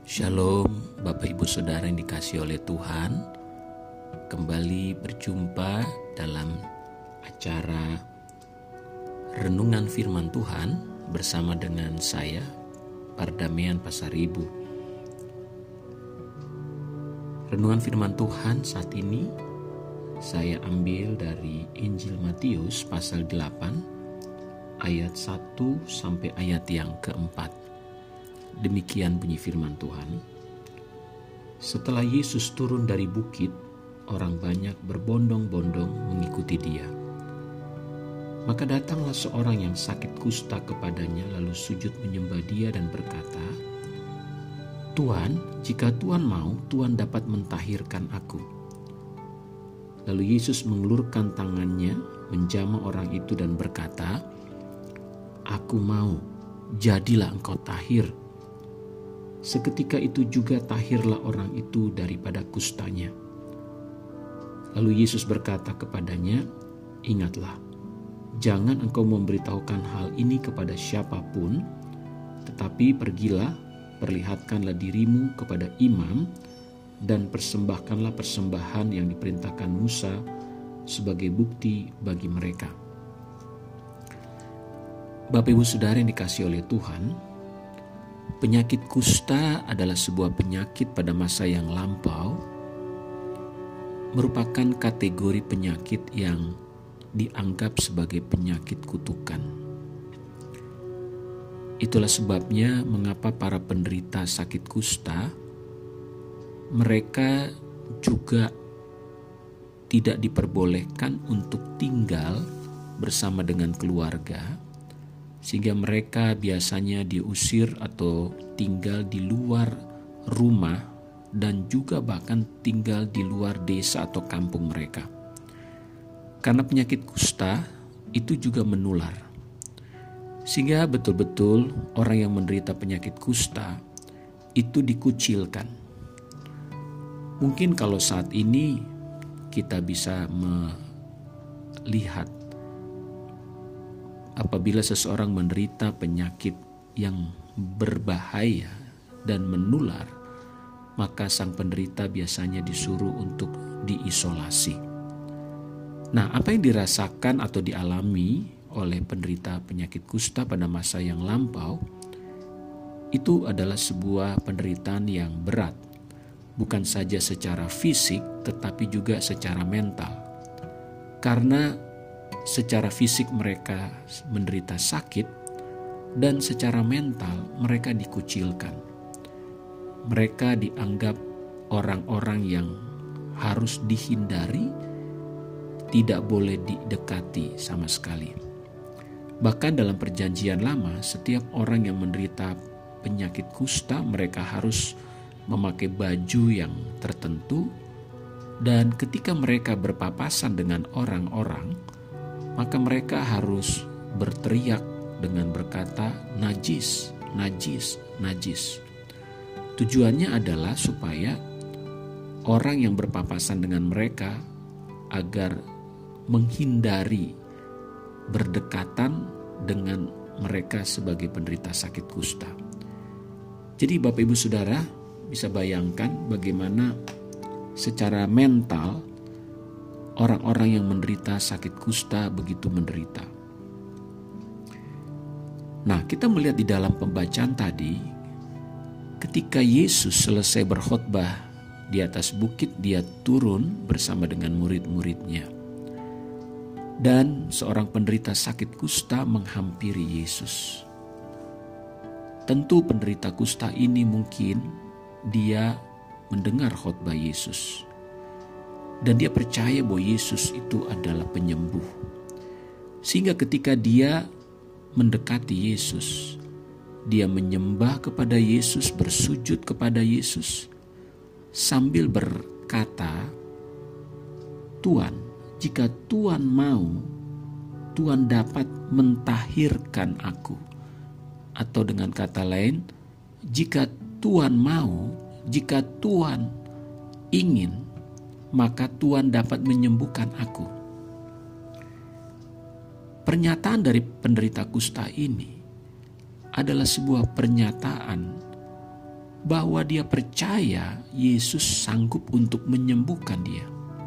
Shalom Bapak Ibu Saudara yang dikasihi oleh Tuhan. Kembali berjumpa dalam acara Renungan Firman Tuhan bersama dengan saya, Pardamian Pasaribu. Renungan Firman Tuhan saat ini saya ambil dari Injil Matius pasal 8 ayat 1 sampai ayat yang keempat. Demikian bunyi firman Tuhan. Setelah Yesus turun dari bukit, orang banyak berbondong-bondong mengikuti dia. Maka datanglah seorang yang sakit kusta kepadanya, lalu sujud menyembah dia dan berkata, "Tuan, jika Tuan mau, Tuan dapat mentahirkan aku." Lalu Yesus mengulurkan tangannya, menjamah orang itu dan berkata, "Aku mau, jadilah engkau tahir." Seketika itu juga tahirlah orang itu daripada kustanya. Lalu Yesus berkata kepadanya, "Ingatlah, jangan engkau memberitahukan hal ini kepada siapapun, tetapi pergilah, perlihatkanlah dirimu kepada imam, dan persembahkanlah persembahan yang diperintahkan Musa sebagai bukti bagi mereka." Bapak Ibu Saudara yang dikasihi oleh Tuhan, penyakit kusta adalah sebuah penyakit pada masa yang lampau, merupakan kategori penyakit yang dianggap sebagai penyakit kutukan. Itulah sebabnya mengapa para penderita sakit kusta, mereka juga tidak diperbolehkan untuk tinggal bersama dengan keluarga, sehingga mereka biasanya diusir atau tinggal di luar rumah dan juga bahkan tinggal di luar desa atau kampung mereka. Karena penyakit kusta itu juga menular. Sehingga betul-betul orang yang menderita penyakit kusta itu dikucilkan. Mungkin kalau saat ini kita bisa melihat apabila seseorang menderita penyakit yang berbahaya dan menular, maka sang penderita biasanya disuruh untuk diisolasi. Nah, apa yang dirasakan atau dialami oleh penderita penyakit kusta pada masa yang lampau, itu adalah sebuah penderitaan yang berat, bukan saja secara fisik tetapi juga secara mental. Karena secara fisik mereka menderita sakit dan secara mental mereka dikucilkan. Mereka dianggap orang-orang yang harus dihindari, tidak boleh didekati sama sekali. Bahkan dalam perjanjian lama, setiap orang yang menderita penyakit kusta, mereka harus memakai baju yang tertentu, dan ketika mereka berpapasan dengan orang-orang, maka mereka harus berteriak dengan berkata, "Najis, najis, najis." Tujuannya adalah supaya orang yang berpapasan dengan mereka agar menghindari berdekatan dengan mereka sebagai penderita sakit kusta. Jadi Bapak Ibu Saudara bisa bayangkan bagaimana secara mental orang-orang yang menderita sakit kusta begitu menderita. Nah, kita melihat di dalam pembacaan tadi, ketika Yesus selesai berkhotbah di atas bukit, dia turun bersama dengan murid-muridnya. Dan seorang penderita sakit kusta menghampiri Yesus. Tentu penderita kusta ini mungkin dia mendengar khotbah Yesus. Dan dia percaya bahwa Yesus itu adalah penyembuh. Sehingga ketika dia mendekati Yesus, dia menyembah kepada Yesus, bersujud kepada Yesus, sambil berkata, "Tuan, jika Tuan mau, Tuan dapat mentahirkan aku." Atau dengan kata lain, jika Tuan mau, jika Tuan ingin, maka Tuhan dapat menyembuhkan aku. Pernyataan dari penderita kusta ini adalah sebuah pernyataan bahwa dia percaya Yesus sanggup untuk menyembuhkan dia.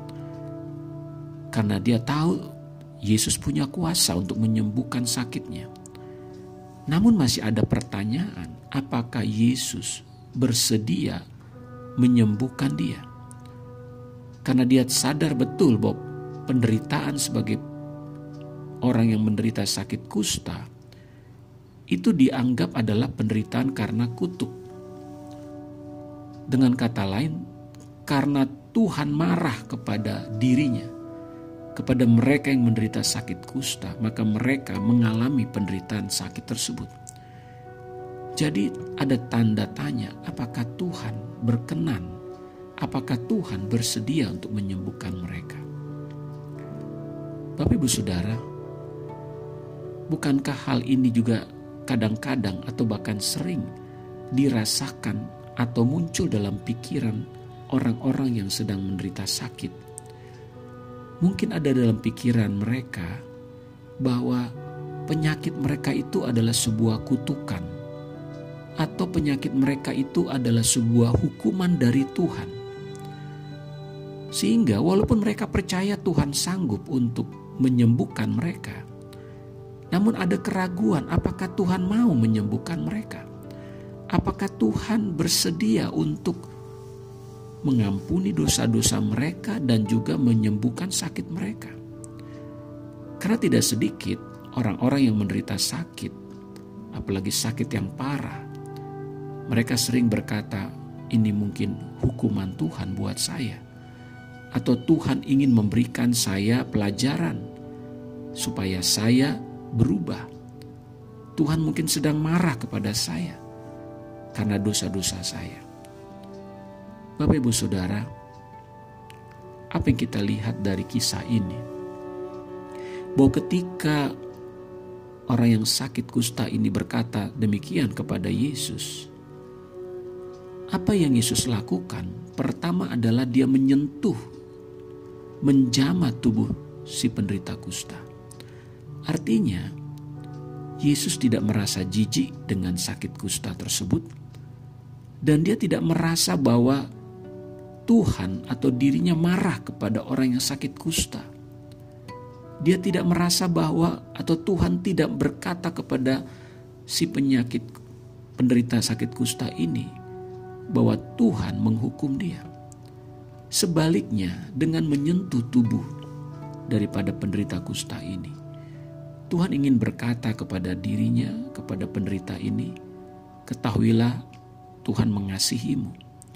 Karena dia tahu Yesus punya kuasa untuk menyembuhkan sakitnya. Namun masih ada pertanyaan, apakah Yesus bersedia menyembuhkan dia? Karena dia sadar betul bahwa penderitaan sebagai orang yang menderita sakit kusta itu dianggap adalah penderitaan karena kutuk. Dengan kata lain, karena Tuhan marah kepada dirinya, kepada mereka yang menderita sakit kusta, maka mereka mengalami penderitaan sakit tersebut. Jadi ada tanda tanya, apakah Tuhan berkenan? Apakah Tuhan bersedia untuk menyembuhkan mereka? Bapak Ibu Saudara, bukankah hal ini juga kadang-kadang atau bahkan sering dirasakan atau muncul dalam pikiran orang-orang yang sedang menderita sakit? Mungkin ada dalam pikiran mereka bahwa penyakit mereka itu adalah sebuah kutukan, atau penyakit mereka itu adalah sebuah hukuman dari Tuhan. Sehingga walaupun mereka percaya Tuhan sanggup untuk menyembuhkan mereka, namun ada keraguan, apakah Tuhan mau menyembuhkan mereka? Apakah Tuhan bersedia untuk mengampuni dosa-dosa mereka dan juga menyembuhkan sakit mereka? Karena tidak sedikit orang-orang yang menderita sakit, apalagi sakit yang parah, mereka sering berkata, ini mungkin hukuman Tuhan buat saya. Atau Tuhan ingin memberikan saya pelajaran supaya saya berubah. Tuhan mungkin sedang marah kepada saya karena dosa-dosa saya. Bapak Ibu Saudara, apa yang kita lihat dari kisah ini? Bahwa ketika orang yang sakit kusta ini berkata demikian kepada Yesus, apa yang Yesus lakukan? Pertama adalah dia menjamah tubuh si penderita kusta. Artinya, Yesus tidak merasa jijik dengan sakit kusta tersebut, dan dia tidak merasa bahwa Tuhan atau dirinya marah kepada orang yang sakit kusta. Dia tidak merasa bahwa atau Tuhan tidak berkata kepada si penderita sakit kusta ini bahwa Tuhan menghukum dia. Sebaliknya, dengan menyentuh tubuh daripada penderita kusta ini, Tuhan ingin berkata kepada dirinya, kepada penderita ini, ketahuilah Tuhan mengasihimu,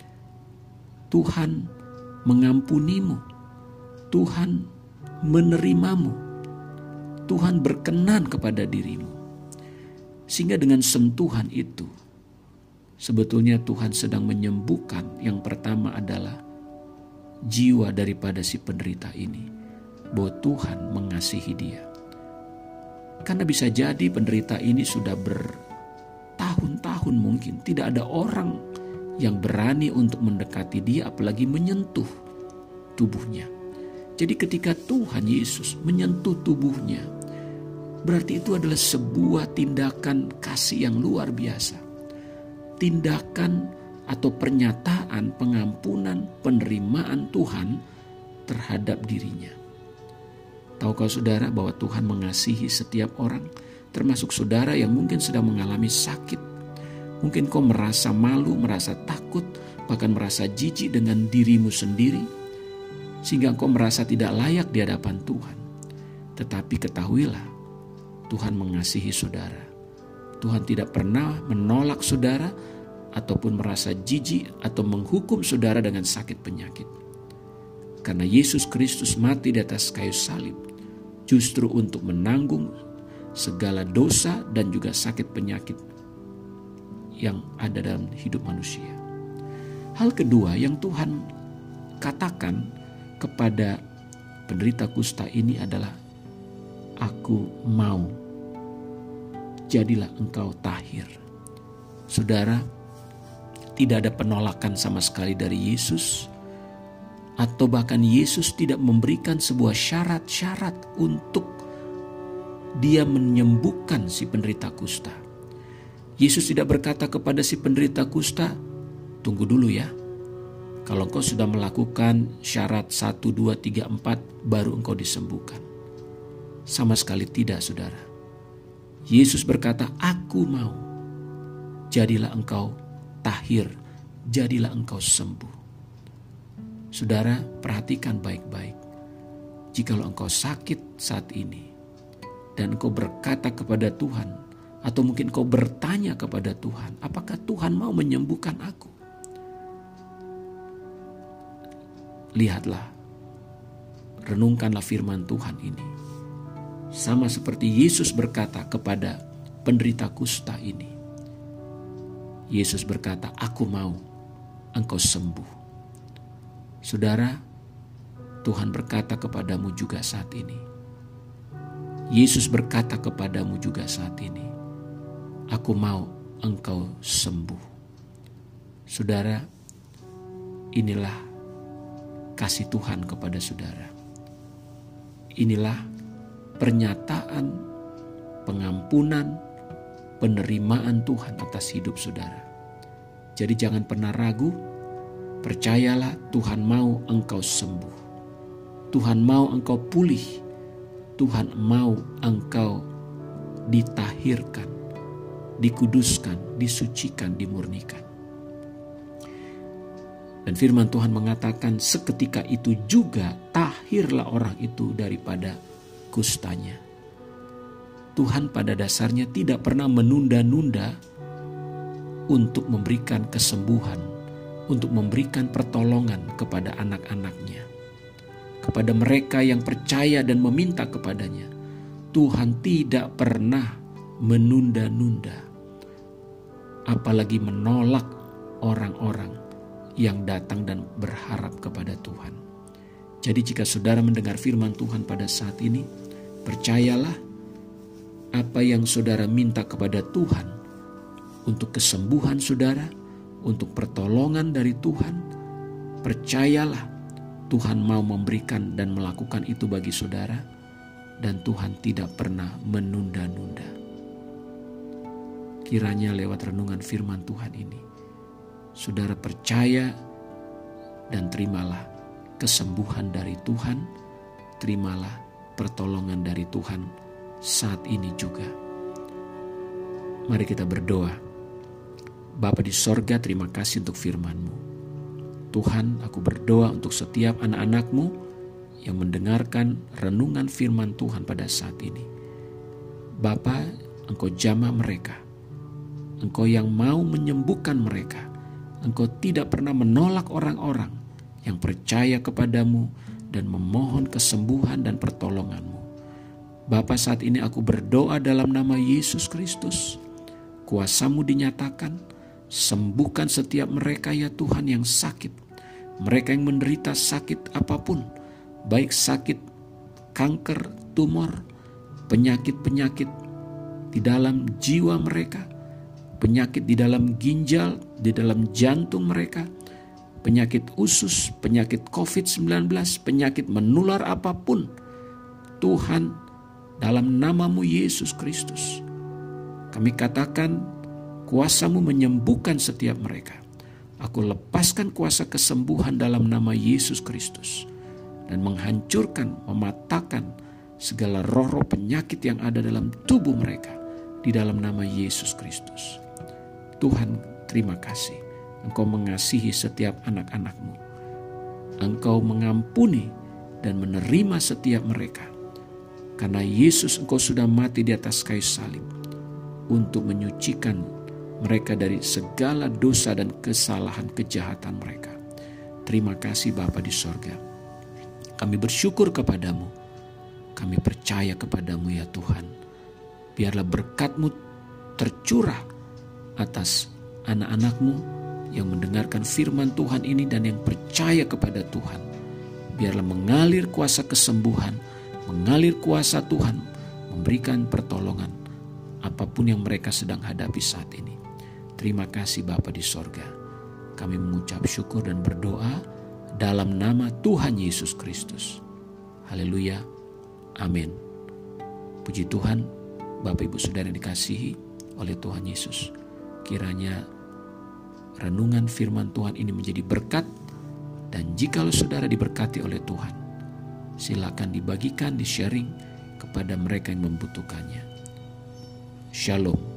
Tuhan mengampunimu, Tuhan menerimamu, Tuhan berkenan kepada dirimu. Sehingga dengan sentuhan itu, sebetulnya Tuhan sedang menyembuhkan. Yang pertama adalah jiwa daripada si penderita ini, bahwa Tuhan mengasihi dia. Karena bisa jadi penderita ini sudah bertahun-tahun mungkin tidak ada orang yang berani untuk mendekati dia, apalagi menyentuh tubuhnya. Jadi ketika Tuhan Yesus menyentuh tubuhnya, berarti itu adalah sebuah tindakan kasih yang luar biasa. Tindakan atau pernyataan pengampunan, penerimaan Tuhan terhadap dirinya. Tahukah saudara bahwa Tuhan mengasihi setiap orang, termasuk saudara yang mungkin sedang mengalami sakit. Mungkin kau merasa malu, merasa takut, bahkan merasa jijik dengan dirimu sendiri, sehingga kau merasa tidak layak di hadapan Tuhan. Tetapi ketahuilah, Tuhan mengasihi saudara. Tuhan tidak pernah menolak saudara ataupun merasa jijik atau menghukum saudara dengan sakit penyakit. Karena Yesus Kristus mati di atas kayu salib justru untuk menanggung segala dosa dan juga sakit penyakit yang ada dalam hidup manusia. Hal kedua yang Tuhan katakan kepada penderita kusta ini adalah, aku mau, jadilah engkau tahir. Saudara, tidak ada penolakan sama sekali dari Yesus, atau bahkan Yesus tidak memberikan sebuah syarat-syarat untuk dia menyembuhkan si penderita kusta. Yesus tidak berkata kepada si penderita kusta, tunggu dulu ya. Kalau engkau sudah melakukan syarat 1, 2, 3, 4, baru engkau disembuhkan. Sama sekali tidak, saudara. Yesus berkata, aku mau. Jadilah engkau tahir, jadilah engkau sembuh. Saudara, perhatikan baik-baik. Jikalau engkau sakit saat ini, dan engkau berkata kepada Tuhan, atau mungkin engkau bertanya kepada Tuhan, apakah Tuhan mau menyembuhkan aku? Lihatlah, renungkanlah firman Tuhan ini. Sama seperti Yesus berkata kepada penderita kusta ini. Yesus berkata, aku mau engkau sembuh. Saudara, Tuhan berkata kepadamu juga saat ini. Yesus berkata kepadamu juga saat ini, aku mau engkau sembuh. Saudara, inilah kasih Tuhan kepada saudara. Inilah pernyataan pengampunan, penerimaan Tuhan atas hidup saudara. Jadi jangan pernah ragu, percayalah Tuhan mau engkau sembuh. Tuhan mau engkau pulih. Tuhan mau engkau ditahirkan, dikuduskan, disucikan, dimurnikan. Dan firman Tuhan mengatakan seketika itu juga tahirlah orang itu daripada kustanya. Tuhan pada dasarnya tidak pernah menunda-nunda untuk memberikan kesembuhan, untuk memberikan pertolongan kepada anak-anaknya. Kepada mereka yang percaya dan meminta kepadanya, Tuhan tidak pernah menunda-nunda, apalagi menolak orang-orang yang datang dan berharap kepada Tuhan. Jadi jika saudara mendengar firman Tuhan pada saat ini, percayalah apa yang saudara minta kepada Tuhan untuk kesembuhan saudara, untuk pertolongan dari Tuhan, percayalah Tuhan mau memberikan dan melakukan itu bagi saudara, dan Tuhan tidak pernah menunda-nunda. Kiranya lewat renungan firman Tuhan ini, saudara percaya dan terimalah kesembuhan dari Tuhan, terimalah pertolongan dari Tuhan saat ini juga. Mari kita berdoa. Bapa di sorga, terima kasih untuk firman-Mu. Tuhan, aku berdoa untuk setiap anak-anak-Mu yang mendengarkan renungan firman Tuhan pada saat ini. Bapa, Engkau jamah mereka. Engkau yang mau menyembuhkan mereka. Engkau tidak pernah menolak orang-orang yang percaya kepadamu dan memohon kesembuhan dan pertolongan-Mu. Bapa, saat ini aku berdoa dalam nama Yesus Kristus. Kuasa-Mu dinyatakan, sembuhkan setiap mereka ya Tuhan yang sakit. Mereka yang menderita sakit apapun, baik sakit kanker, tumor, penyakit-penyakit di dalam jiwa mereka, penyakit di dalam ginjal, di dalam jantung mereka, penyakit usus, penyakit COVID-19, penyakit menular apapun. Tuhan, dalam nama-Mu Yesus Kristus, kami katakan kuasa-Mu menyembuhkan setiap mereka. Aku lepaskan kuasa kesembuhan dalam nama Yesus Kristus dan menghancurkan, mematahkan segala roh-roh penyakit yang ada dalam tubuh mereka di dalam nama Yesus Kristus. Tuhan, terima kasih. Engkau mengasihi setiap anak-anak-Mu. Engkau mengampuni dan menerima setiap mereka. Karena Yesus, Engkau sudah mati di atas kayu salib untuk menyucikan mereka dari segala dosa dan kesalahan kejahatan mereka. Terima kasih Bapa di sorga. Kami bersyukur kepadamu. Kami percaya kepadamu ya Tuhan. Biarlah berkat-Mu tercurah atas anak-anak-Mu yang mendengarkan firman Tuhan ini dan yang percaya kepada Tuhan. Biarlah mengalir kuasa kesembuhan, mengalir kuasa Tuhan, memberikan pertolongan apapun yang mereka sedang hadapi saat ini. Terima kasih Bapa di sorga. Kami mengucap syukur dan berdoa dalam nama Tuhan Yesus Kristus. Haleluya. Amin. Puji Tuhan, Bapak Ibu Saudara yang dikasihi oleh Tuhan Yesus. Kiranya renungan firman Tuhan ini menjadi berkat, dan jikalau saudara diberkati oleh Tuhan, silakan dibagikan, di-sharing kepada mereka yang membutuhkannya. Shalom.